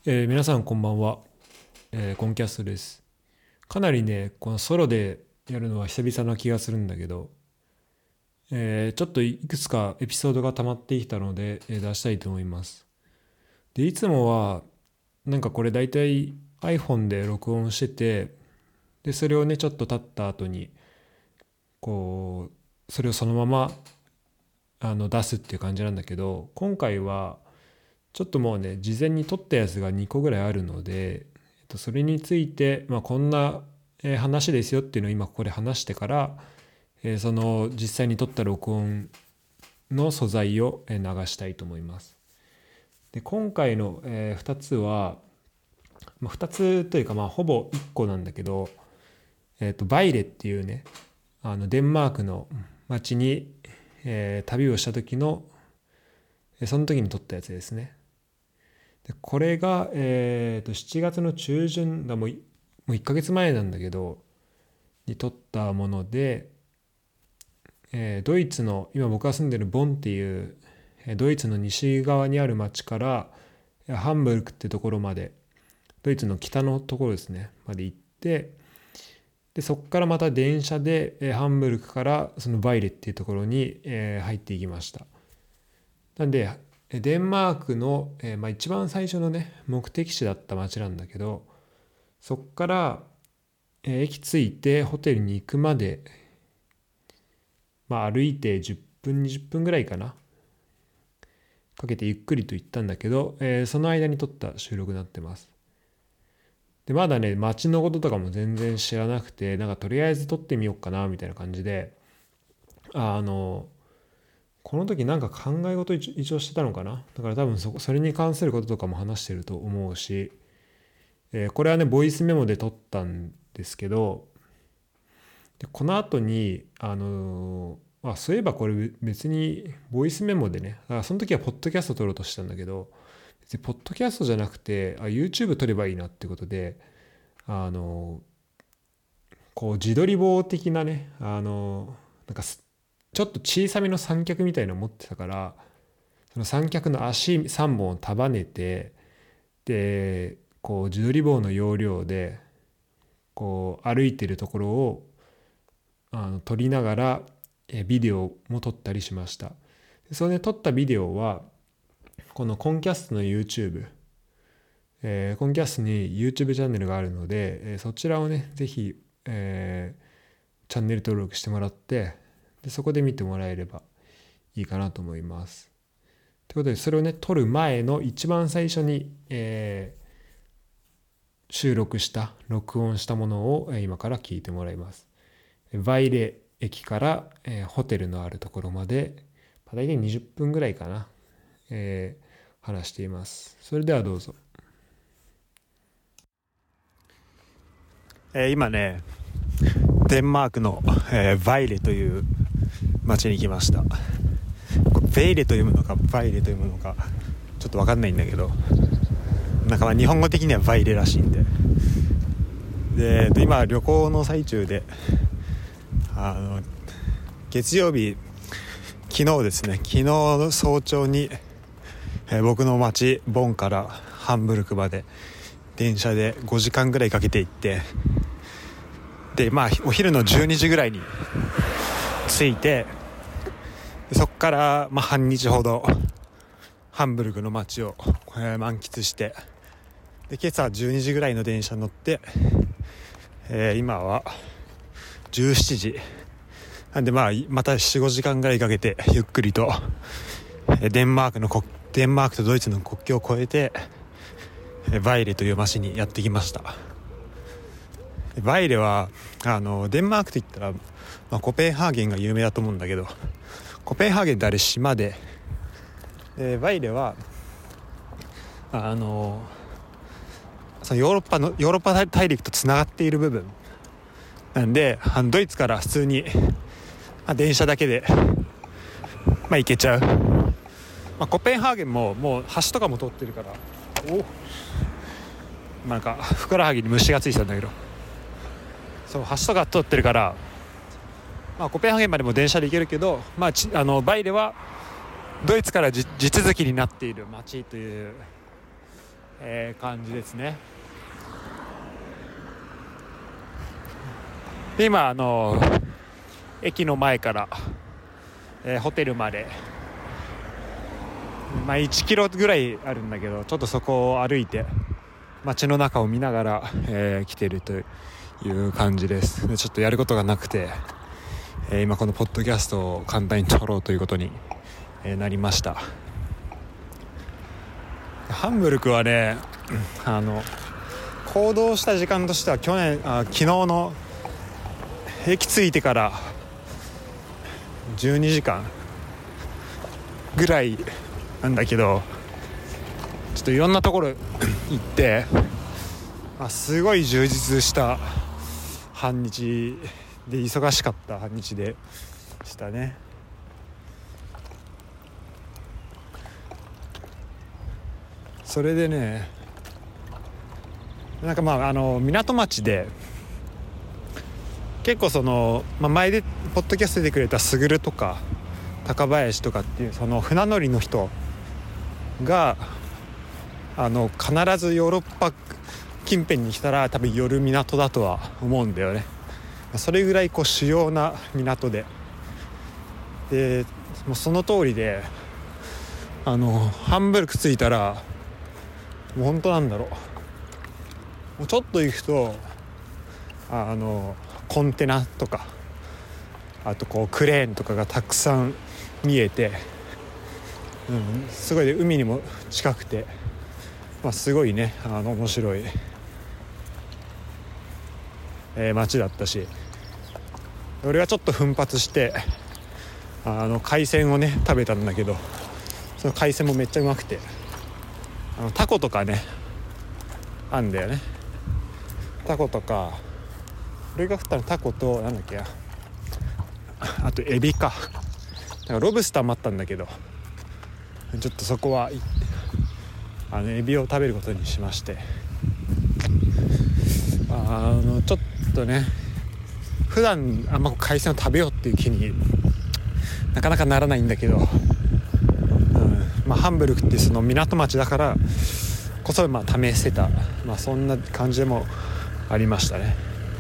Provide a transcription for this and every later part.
皆さんこんばんは、コンキャストです。かなりね、このソロでやるのは久々な気がするんだけど、ちょっといくつかエピソードが溜まってきたので、出したいと思います。で、いつもは、なんかこれ大体 iPhone で録音してて、で、それをね、ちょっと経った後に、それをそのまま出すっていう感じなんだけど、今回は、ちょっともうね、事前に撮ったやつが2個ぐらいあるので、それについて、こんな話ですよっていうのを今ここで話してから、その実際に撮った録音の素材を流したいと思います。で、今回の2つは、2つというかほぼ1個なんだけど、バイレっていうね、デンマークの街に、旅をした時の、その時に撮ったやつですね。でこれが、7月の中旬だ、もう1ヶ月前なんだけどに撮ったもので、ドイツの今僕が住んでるボンっていう、ドイツの西側にある町からハンブルクってところまで、ドイツの北のところですねまで行って、でそこからまた電車で、ハンブルクからそのバイレっていうところに、入っていきました。なんでデンマークの、一番最初のね目的地だった町なんだけど、そこから、駅着いてホテルに行くまで、歩いて10分20分ぐらいかけてゆっくりと行ったんだけど、その間に撮った収録になってます。でまだね街のこととかも全然知らなくて、なんかとりあえず撮ってみようかなみたいな感じで、この時なんか考え事一応してたのかな。だから多分それに関することとかも話してると思うし、これはねボイスメモで撮ったんですけど、でこの後にそういえばこれ別にボイスメモでね、その時はポッドキャスト撮ろうとしたんだけど、別にポッドキャストじゃなくてYouTube 撮ればいいなってことで、自撮り棒的なね、なんかちょっと小さめの三脚みたいなの持ってたから、その三脚の足3本を束ねて、で自撮り棒の要領で歩いてるところを撮りながらビデオも撮ったりしました。それで撮ったビデオはこのコンキャストの YouTube、コンキャストに YouTube チャンネルがあるので、そちらをねぜひ、チャンネル登録してもらって、でそこで見てもらえればいいかなと思います。ということで、それをね撮る前の一番最初に、録音したものを今から聞いてもらいます。バイレ駅から、ホテルのあるところまで大体20分ぐらいかな、話しています。それではどうぞ。 今ねデンマークの、バイレという町に来ました。ベイレと読むのかバイレと読むのかちょっと分かんないんだけど、なんか日本語的にはバイレらしいんで、今旅行の最中で、月曜日昨日ですね、昨日早朝に、僕の町ボンからハンブルクまで電車で5時間ぐらいかけて行って、でお昼の12時ぐらいに着いて、そこから、半日ほどハンブルクの街を、満喫して、で今朝12時ぐらいの電車に乗って、今は17時なんで、また 4,5 時間ぐらいかけてゆっくりとデンマークとドイツの国境を越えてバイレという町にやってきました。バイレはデンマークといったら、コペンハーゲンが有名だと思うんだけど、コペンハーゲンってあれ島で、バイレはそのヨーロッパ大陸とつながっている部分なんで、ドイツから普通に、電車だけで、行けちゃう。コペンハーゲンももう橋とかも通ってるから、なんかふくらはぎに虫がついてたんだけど、そう橋とか通ってるから、コペンハーゲンまでも電車で行けるけど、バイレはドイツから地続きになっている街という、 感じですね。で今駅の前から、ホテルまで、1キロぐらいあるんだけど、ちょっとそこを歩いて街の中を見ながら、来てるという感じです。でちょっとやることがなくて、今このポッドキャストを簡単に撮ろうということに、なりました。ハンブルクはね、行動した時間としては昨日の駅着いてから12時間ぐらいなんだけど、ちょっといろんなところ行ってすごい充実した半日で、忙しかった半日でしたね。それでね、なんか港町で結構前でポッドキャストでくれたスグルとか高林とかっていうその船乗りの人が必ずヨーロッパ近辺に来たら多分寄る港だとは思うんだよね。それぐらい主要な港で、もうその通りでハンブルク着いたらもう本当なんだろう、もうちょっと行くとコンテナとかあとクレーンとかがたくさん見えて、すごい海にも近くて、すごいね面白い、街だったし、俺はちょっと奮発して海鮮をね食べたんだけど、その海鮮もめっちゃうまくて、タコとかねあんだよね。タコとか俺が食ったのタコとなんだっけ、あとエビか、ロブスターもあったんだけど、ちょっとそこはエビを食べることにしまして、ちょっとね普段あんま海鮮を食べようっていう気になかなかならないんだけど、ハンブルクってその港町だからこそ試せた、そんな感じでもありましたね。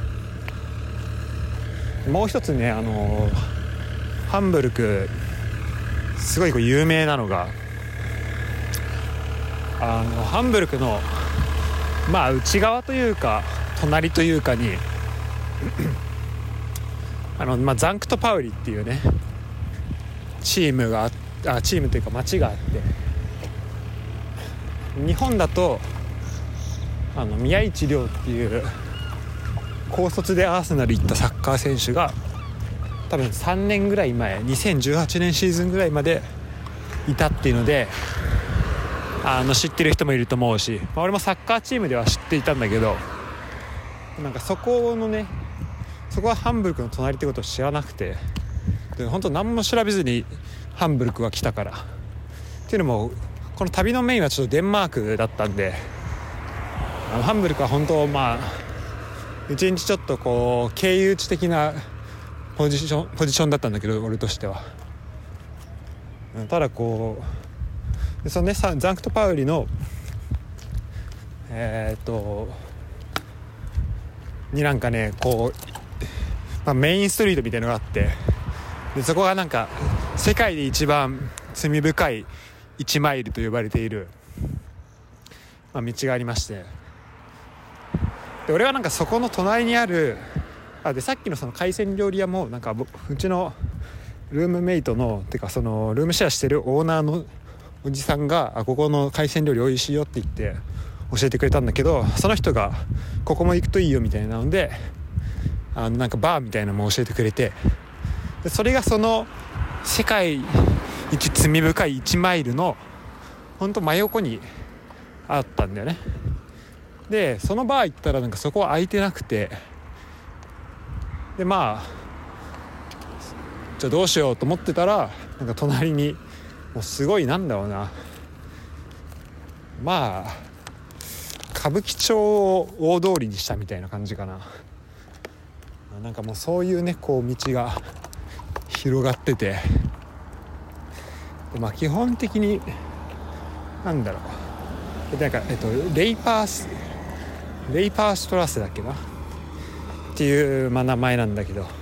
もう一つねハンブルクすごい有名なのがハンブルクの内側というか隣というかにザンクトパウリっていうねチームというか町があって、日本だと宮市亮っていう高卒でアーセナル行ったサッカー選手が多分3年ぐらい前2018年シーズンぐらいまでいたっていうので知ってる人もいると思うし、俺もサッカーチームでは知っていたんだけど、なんかそこはハンブルクの隣ってことを知らなくて、で本当何も調べずにハンブルクは来たからっていうのも、この旅のメインはちょっとデンマークだったんで、ハンブルクは本当一日ちょっと経由地的なポジションだったんだけど、俺としてはただそのねザンクトパウリのになんかねメインストリートみたいなのがあって、でそこがなんか世界で一番罪深い1マイルと呼ばれている、道がありまして、で俺はなんかそこの隣にあるでさっきのその海鮮料理屋もなんかうちのルームメイトのてかそのルームシェアしてるオーナーのおじさんがここの海鮮料理美味しいよって言って教えてくれたんだけど、その人がここも行くといいよみたいなのでなんかバーみたいなのも教えてくれて、でそれがその世界一罪深い1マイルのほんと真横にあったんだよね。でそのバー行ったらなんかそこは空いてなくて、でじゃあどうしようと思ってたら、なんか隣にもうすごいなんだろうな、歌舞伎町を大通りにしたみたいな感じかな。なんかもうそういうね道が広がってて、基本的になんだろう、 なんか、レイパーシュトラスだっけなっていう、名前なんだけど、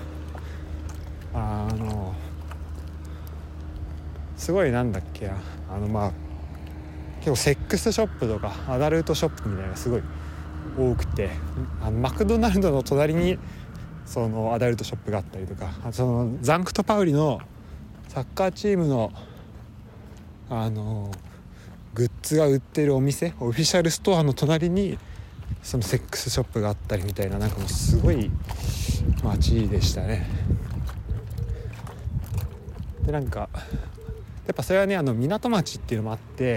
すごいなんだっけな、結構セックスショップとかアダルトショップみたいなのがすごい多くて、マクドナルドの隣にそのアダルトショップがあったりとか、そのザンクトパウリのサッカーチームのグッズが売ってるお店、オフィシャルストアの隣にそのセックスショップがあったりみたいな、なんかもうすごい街でしたね。でなんかやっぱそれはね、港町っていうのもあって、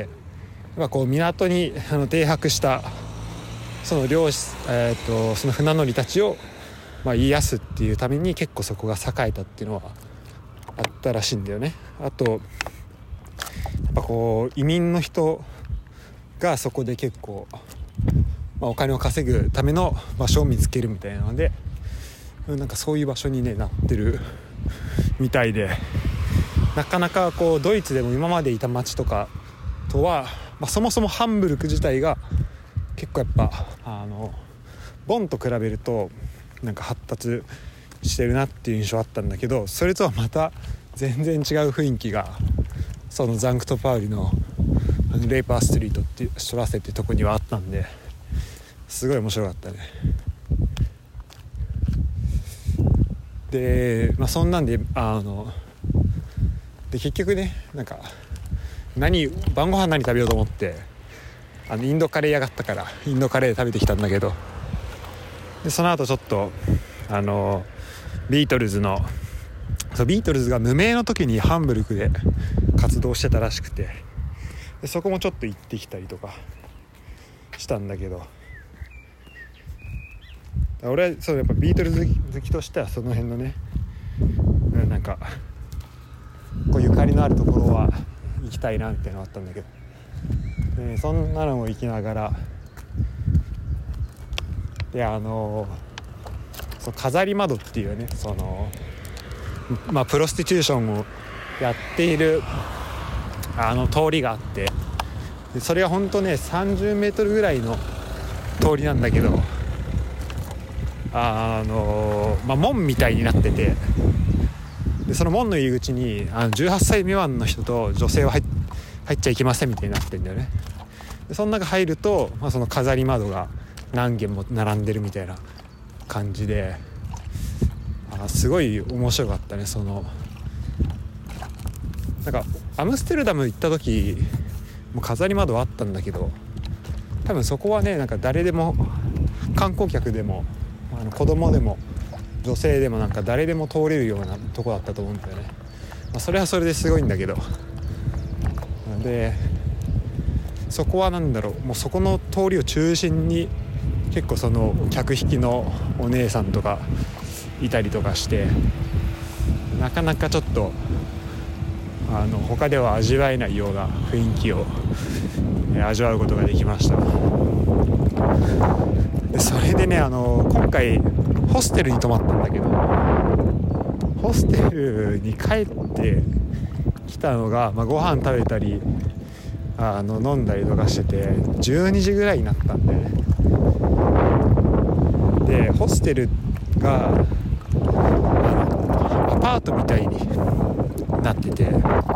やっぱこう港に停泊したその漁師、その船乗りたちを癒すっていうために結構そこが栄えたっていうのはあったらしいんだよね。あとやっぱこう移民の人がそこで結構、お金を稼ぐための場所を見つけるみたいなので、なんかそういう場所に、なってるみたいで、なかなかこうドイツでも今までいた街とかとは、そもそもハンブルク自体が結構やっぱボンと比べるとなんか発達してるなっていう印象あったんだけど、それとはまた全然違う雰囲気がそのザンクトパウリのレイパーストリートっていうシュトラセっていうとこにはあったんで、すごい面白かったね。で、そんなんでで結局ね、なんか晩ご飯何食べようと思ってインドカレー屋があったからインドカレー食べてきたんだけど、でその後ちょっとビートルズが無名の時にハンブルクで活動してたらしくて、でそこもちょっと行ってきたりとかしたんだけど、俺はそうやっぱビートルズ好きとしてはその辺のね、なんかこうゆかりのあるところは行きたいなみたいなのがあったんだけど、そんなのも行きながらで飾り窓っていうね、そのプロスティチューションをやっている通りがあって、でそれは本当ね30メートルぐらいの通りなんだけど、門みたいになってて、でその門の入り口に18歳未満の人と女性は入っちゃいけませんみたいになってるんだよね。でその中入ると、その飾り窓が何軒も並んでるみたいな感じで、すごい面白かったね。なんかアムステルダム行った時も飾り窓はあったんだけど、多分そこはね、なんか誰でも観光客でも子供でも女性でもなんか誰でも通れるようなとこだったと思うんだよね。それはそれですごいんだけど、でそこはなんだろう、もうそこの通りを中心に結構その客引きのお姉さんとかいたりとかして、なかなかちょっと他では味わえないような雰囲気を味わうことができました。でそれでね、今回ホステルに泊まったんだけど、ホステルに帰ってきたのが、ご飯食べたり飲んだりとかしてて12時ぐらいになったんで、でホステルがアパートみたいになってて、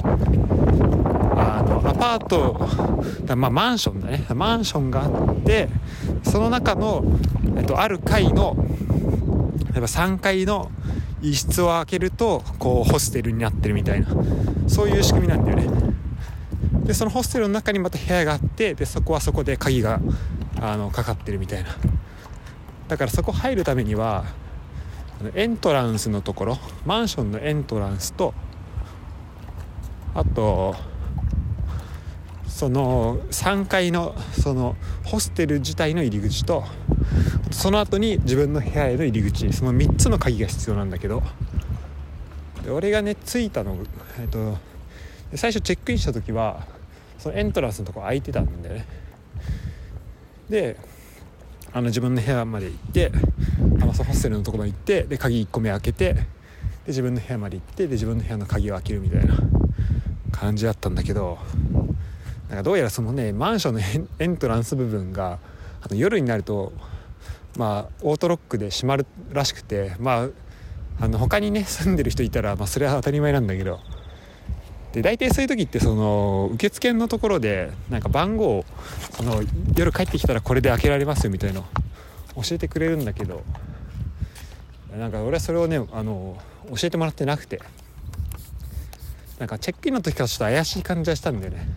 アパートマンションだね、マンションがあって、その中の、ある階の例えば3階の一室を開けるとこうホステルになってるみたいな、そういう仕組みなんだよね。でそのホステルの中にまた部屋があって、でそこはそこで鍵がかかってるみたいな。だからそこ入るためにはエントランスのところ、マンションのエントランスと、あとその3階のそのホステル自体の入り口と、その後に自分の部屋への入り口、その3つの鍵が必要なんだけど、で俺がね着いたの、最初チェックインした時はそのエントランスのところ空いてたんだよね。で自分の部屋まで行って、そのホステルのところまで行って、で鍵1個目開けて、で自分の部屋まで行って、で自分の部屋の鍵を開けるみたいな感じだったんだけど、 なんかどうやらそのねマンションのエントランス部分が夜になるとオートロックで閉まるらしくて、他にね住んでる人いたら、それは当たり前なんだけど、で大体そういう時ってその受付のところでなんか番号を夜帰ってきたらこれで開けられますよみたいなの教えてくれるんだけど、なんか俺はそれをね教えてもらってなくて、なんかチェックインの時からちょっと怪しい感じがしたんだよね。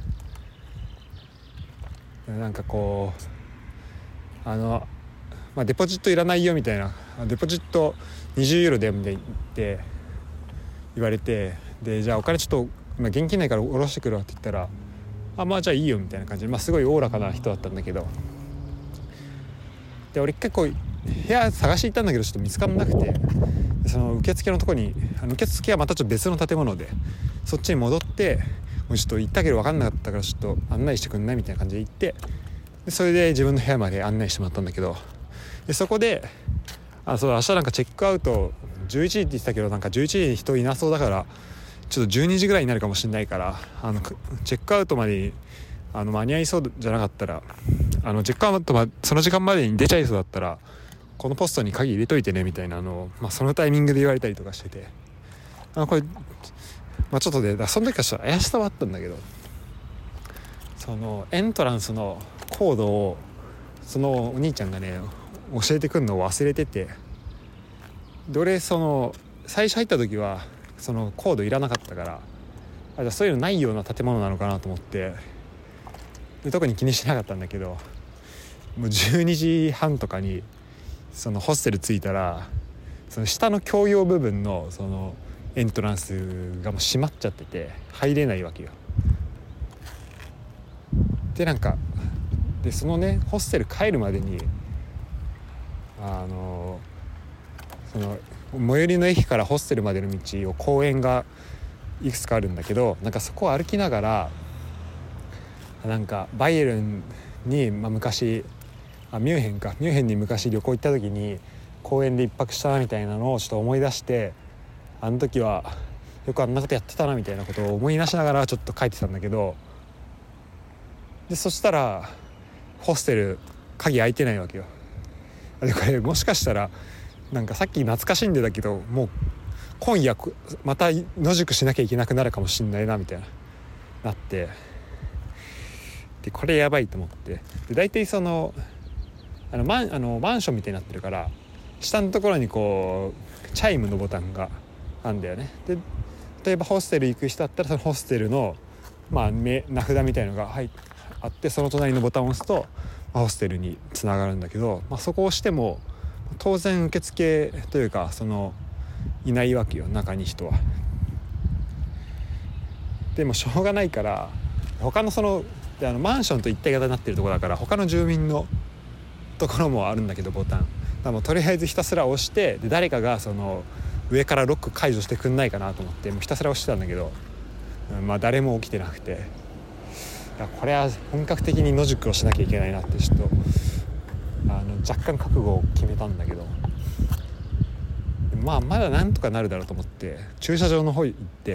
なんかこうデポジットいらないよみたいな、デポジット20ユーロでみたいって言われて、でじゃあお金ちょっと、現金ないから下ろしてくるわって言ったら、じゃあいいよみたいな感じで、すごいおおらかな人だったんだけど、で俺結構部屋探していったんだけどちょっと見つからなくて、その受付のとこに受付はまたちょっと別の建物でそっちに戻って、もうちょっと行ったけど分かんなかったからちょっと案内してくんないみたいな感じで行って、でそれで自分の部屋まで案内してもらったんだけど、でそこで明日なんかチェックアウト11時って言ってたけど、なんか11時に人いなそうだからちょっと12時ぐらいになるかもしれないから、チェックアウトまでに間に合いそうじゃなかったらチェックアウトその時間までに出ちゃいそうだったらこのポストに鍵入れといてねみたいなのを、そのタイミングで言われたりとかしてて、これちょっとでその時はちょっと怪しさはあったんだけど、そのエントランスのコードをそのお兄ちゃんがね教えてくんのを忘れてて、で俺最初入った時はそのコードいらなかったから、じゃあそういうのないような建物なのかなと思ってで特に気にしなかったんだけど、もう12時半とかにそのホステル着いたら、その下の共用部分のそのエントランスがもう閉まっちゃってて入れないわけよ。でなんかでそのねホステル帰るまでにその最寄りの駅からホステルまでの道を公園がいくつかあるんだけど、なんかそこを歩きながらなんかバイエルンに、昔ミュンヘンに昔旅行行った時に公園で一泊したなみたいなのをちょっと思い出して、あの時はよくあんなことやってたなみたいなことを思い出しながらちょっと書いてたんだけど、でそしたらホステル鍵開いてないわけよ。でこれもしかしたらなんかさっき懐かしんでたけど、もう今夜また野宿しなきゃいけなくなるかもしんないなみたいなってで、これやばいと思って、で大体そのマンションみたいになってるから下のところにこうチャイムのボタンがあるんだよね。で例えばホステル行く人だったらそのホステルの名札みたいのがあって、その隣のボタンを押すとホステルにつながるんだけど、そこを押しても当然受付というかいないわけよ、中に人は。でもしょうがないから他のマンションと一体型になってるところだから他の住民のところもあるんだけどボタンもうとりあえずひたすら押して、で誰かが上からロック解除してくんないかなと思ってもうひたすら押してたんだけど、誰も起きてなくて、これは本格的に野宿をしなきゃいけないなってちょっと若干覚悟を決めたんだけど、まだなんとかなるだろうと思って駐車場の方行って、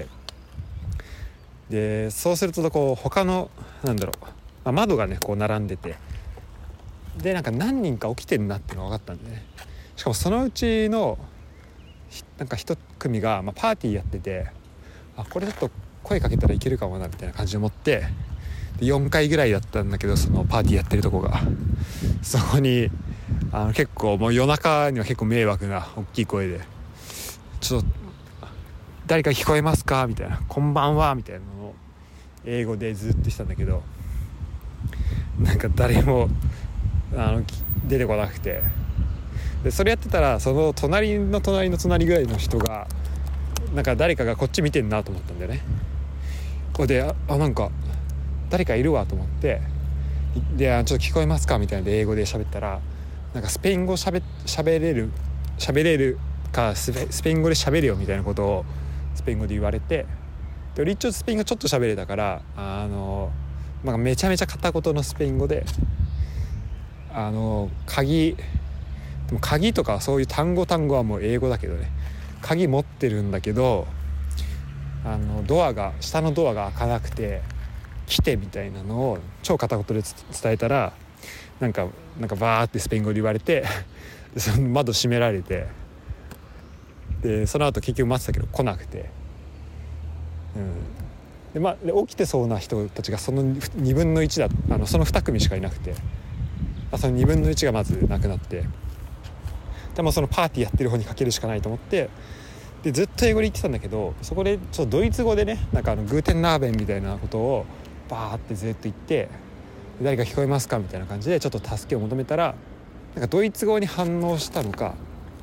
でそうするとこう他の窓がねこう並んでて、でなんか何人か起きてるなっていうのが分かったんでね。しかもそのうちのなんか一組が、パーティーやってて、これちょっと声かけたらいけるかもなみたいな感じで思って、で4階ぐらいだったんだけど、そのパーティーやってるとこがそこに結構もう夜中には結構迷惑な大きい声でちょっと誰か聞こえますかみたいな、こんばんはみたいなのを英語でずっとしたんだけど、なんか誰も出てこなくて、でそれやってたらその隣の隣の隣ぐらいの人がなんか誰かがこっち見てんなと思ったんだよね。でなんか誰かいるわと思って、でちょっと聞こえますかみたいなで英語で喋ったら、なんかスペイン語喋れるかスペイン語で喋るよみたいなことをスペイン語で言われて、で俺一応スペイン語ちょっと喋れたからめちゃめちゃ片言のスペイン語で鍵とかそういう単語はもう英語だけどね、鍵持ってるんだけど下のドアが開かなくて、 来てみたいなのを超片言で伝えたらなんかバーってスペイン語で言われてでその窓閉められて、でその後結局待ってたけど来なくて、で起きてそうな人たちがその2分の1だ、その2組しかいなくて、その2分の1がまずなくなって、でもそのパーティーやってる方にかけるしかないと思って、でずっと英語で言ってたんだけど、そこでちょっとドイツ語でね、なんかグーテンナーベンみたいなことをバーってずっと言って、誰か聞こえますかみたいな感じでちょっと助けを求めたら、なんかドイツ語に反応したのか、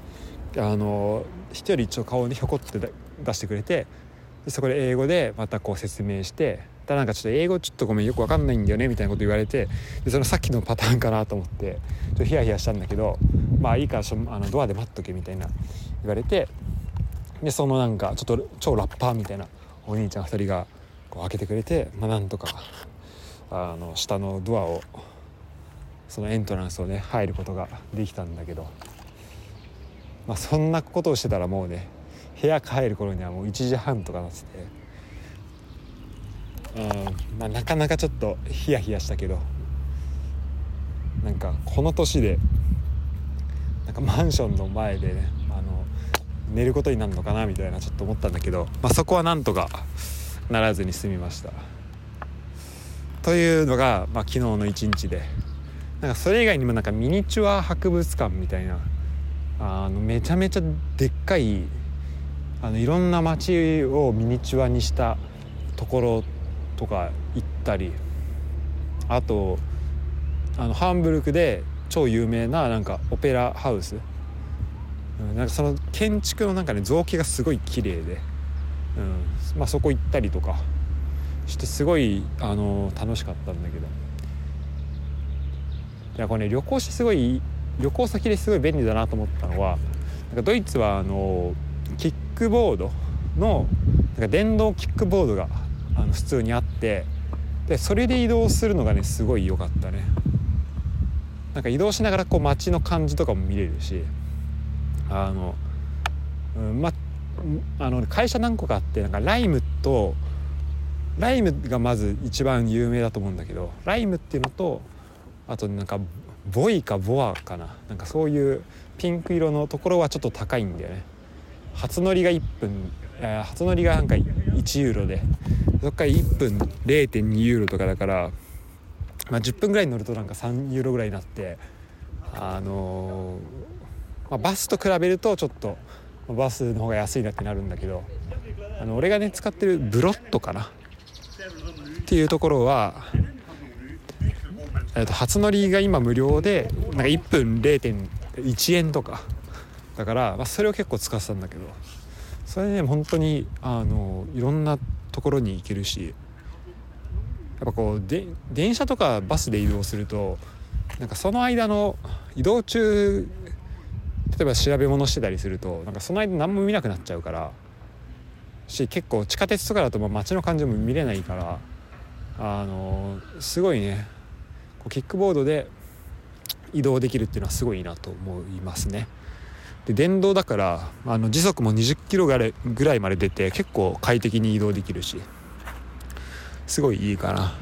一人一応顔にひょこって出してくれて、でそこで英語でまたこう説明して、ただなんかちょっと英語ちょっとごめんよく分かんないんだよねみたいなこと言われて、でそのさっきのパターンかなと思ってちょっとヒヤヒヤしたんだけど、まあいいからドアで待っとけみたいな言われて、でそのなんかちょっと超ラッパーみたいなお兄ちゃん2人がこう開けてくれて、なんとか下のドアをそのエントランスをね入ることができたんだけど、そんなことをしてたらもうね部屋帰る頃にはもう1時半とかなってて、なかなかちょっとヒヤヒヤしたけど、なんかこの年でなんかマンションの前でね寝ることになるのかなみたいなちょっと思ったんだけど、そこはなんとかならずに済みましたというのが、昨日の一日で、なんかそれ以外にもなんかミニチュア博物館みたいなめちゃめちゃでっかいいろんな街をミニチュアにしたところとか行ったり、あとハンブルクで超有名ななんかオペラハウス、なんかその建築のなんかね造形がすごい綺麗で、そこ行ったりとかしてすごい楽しかったんだけど、いやこれね旅行先ですごい便利だなと思ったのは、なんかドイツはキックボードのなんか電動キックボードが普通にあって、でそれで移動するのがねすごい良かったね。なんか移動しながらこう街の感じとかも見れるし、会社何個かあって、なんかライムがまず一番有名だと思うんだけど、ライムっていうのと、あとなんかボイかボアかな、なんかそういうピンク色のところはちょっと高いんだよね。初乗りが初乗りがなんか1ユーロで、そっから1分 0.2 ユーロとかだから、10分ぐらい乗るとなんか3ユーロぐらいになって、バスと比べるとちょっとバスの方が安いなってなるんだけど、俺がね使ってるブロットかなっていうところは、初乗りが今無料でなんか1分 0.1 円とかだから、それを結構使ってたんだけど、それね本当にいろんなところに行けるし、やっぱこう電車とかバスで移動すると、なんかその間の移動中、例えば調べ物してたりすると、なんかその間何も見なくなっちゃうからし、結構地下鉄とかだと街の感じも見れないから、すごいねこうキックボードで移動できるっていうのはすごいいいなと思いますね。で電動だから時速も20キロぐらいまで出て、結構快適に移動できるしすごいいいかな。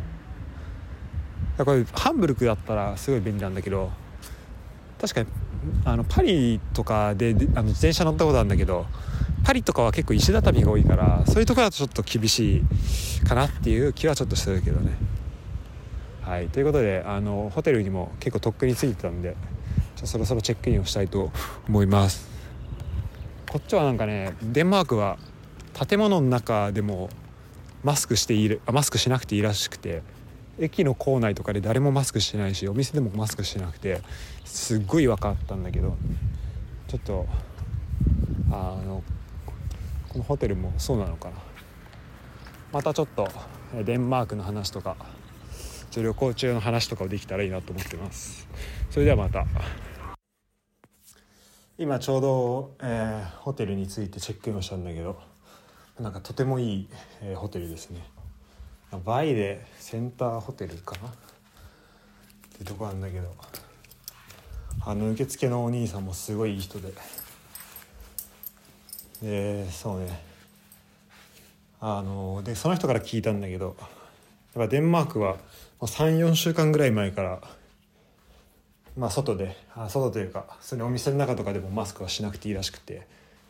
これハンブルクだったらすごい便利なんだけど、確かにパリとかで自転車乗ったことあるんだけど、パリとかは結構石畳が多いから、そういうところだとちょっと厳しいかなっていう気はちょっとしてるけどね。はい、ということでホテルにも結構とっくに着いてたんで、そろそろチェックインをしたいと思います。こっちはなんかね、デンマークは建物の中でもマスクしなくていいらしくて、駅の構内とかで誰もマスクしてないし、お店でもマスクしてなくてすっごい違和感あったんだけど、ちょっとこのホテルもそうなのかな。またちょっとデンマークの話とか旅行中の話とかをできたらいいなと思ってます。それではまた。今ちょうど、ホテルに着いてチェックインをしたんだけど、なんかとてもいい、ホテルですね。バイでセンターホテルかなってとこなんだけど、受付のお兄さんもすごいいい人で、そうね、でその人から聞いたんだけど、 ぱデンマークは3、4週間ぐらい前から、外というかそのお店の中とかでもマスクはしなくていいらしくて、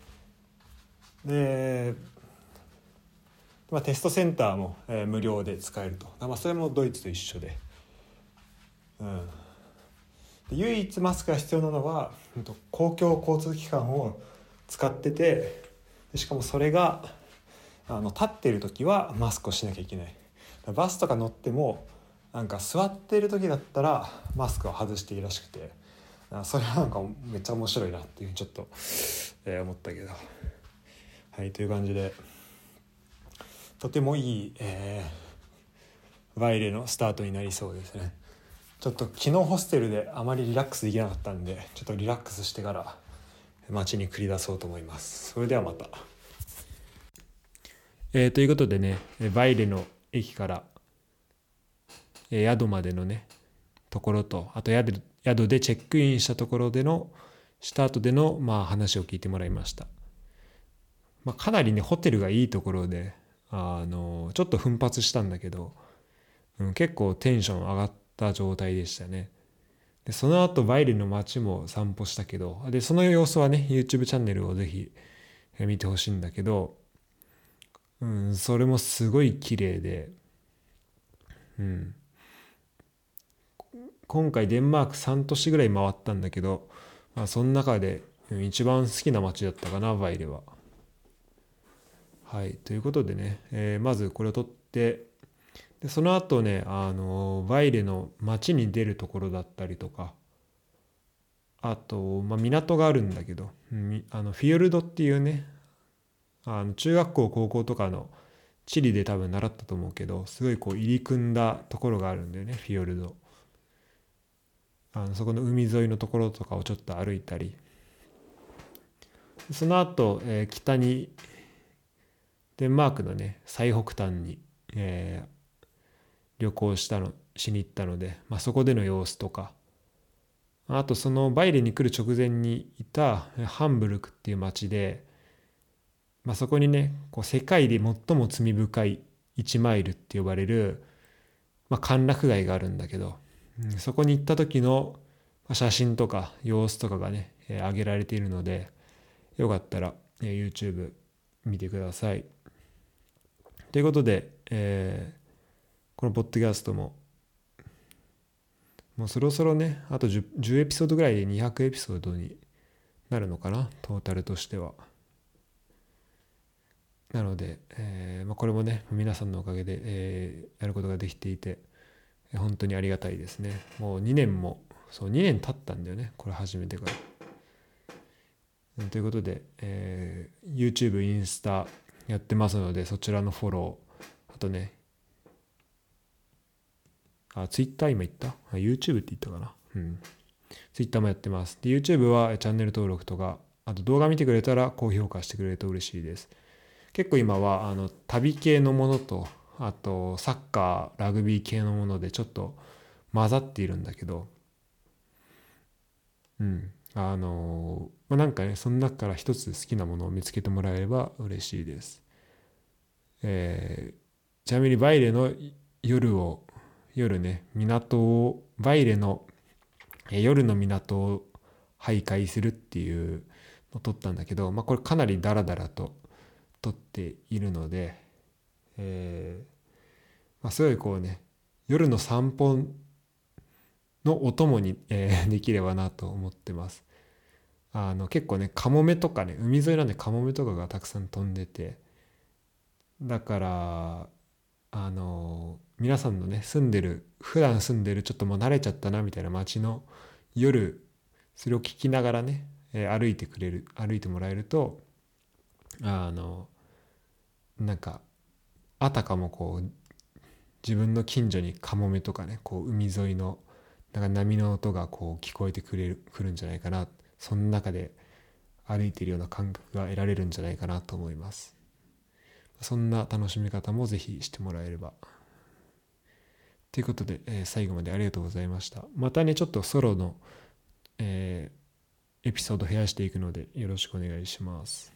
で、テストセンターも、無料で使えると、それもドイツと一緒で、で唯一マスクが必要なのは公共交通機関を使ってて、しかもそれが立っている時はマスクをしなきゃいけない。バスとか乗ってもなんか座っている時だったらマスクを外していいらしくて、それはなんかめっちゃ面白いなっていうちょっと、思ったけど、はいという感じでとてもいい、バイレのスタートになりそうですね。ちょっと昨日ホステルであまりリラックスできなかったんで、ちょっとリラックスしてから街に繰り出そうと思います。それではまた。 ということでね、バイレの駅から、宿までのねところと、あと宿でチェックインしたところでのした後での話を聞いてもらいました。かなりねホテルがいいところで、ちょっと奮発したんだけど、結構テンション上がった状態でしたね。でその後バイレの街も散歩したけど、でその様子はね YouTube チャンネルをぜひ見てほしいんだけど、それもすごい綺麗で、今回デンマーク3都市ぐらい回ったんだけど、その中で一番好きな街だったかな、バイレは。はい、ということでね、まずこれを撮って、でその後ね、バイレの街に出るところだったりとか、あと、港があるんだけど、フィヨルドっていうね、中学校高校とかの地理で多分習ったと思うけど、すごいこう入り組んだところがあるんだよね、フィヨルド。そこの海沿いのところとかをちょっと歩いたり、その後、北にデンマークのね最北端に、旅行しに行ったので、そこでの様子とか、あとそのバイレに来る直前にいたハンブルクっていう町で、そこにねこう世界で最も罪深い1マイルって呼ばれる、歓楽街があるんだけど、そこに行った時の写真とか様子とかがね、上げられているので、よかったら YouTube 見てください。ということで、このポッドキャストもうそろそろねあと 10エピソードぐらいで200エピソードになるのかな、トータルとしては。なので、これもね皆さんのおかげで、やることができていて本当にありがたいですね。もう2年経ったんだよね、これ始めてから。ということで、YouTube、インスタやってますので、そちらのフォロー、あとね、Twitter 今言った？YouTube って言ったかな。Twitter もやってます。で、YouTube はチャンネル登録とか、あと動画見てくれたら高評価してくれると嬉しいです。結構今は旅系のものと、あとサッカー、ラグビー系のものでちょっと混ざっているんだけど、なんかねその中から一つ好きなものを見つけてもらえれば嬉しいです。ちなみにバイレの夜ねバイレの夜の港を徘徊するっていうのを撮ったんだけど、これかなりダラダラと撮っているので、すごいこうね夜の散歩のお供に、できればなと思ってます。結構ねカモメとかね、海沿いなんでカモメとかがたくさん飛んでて、だから皆さんのね普段住んでるちょっともう慣れちゃったなみたいな街の夜、それを聞きながらね、歩いてもらえると、なんかあたかもこう自分の近所にカモメとかね、こう海沿いのなんか波の音がこう聞こえてくるんじゃないかな、その中で歩いているような感覚が得られるんじゃないかなと思います。そんな楽しみ方もぜひしてもらえればということで、最後までありがとうございました。またねちょっとソロの、エピソード増やしていくのでよろしくお願いします。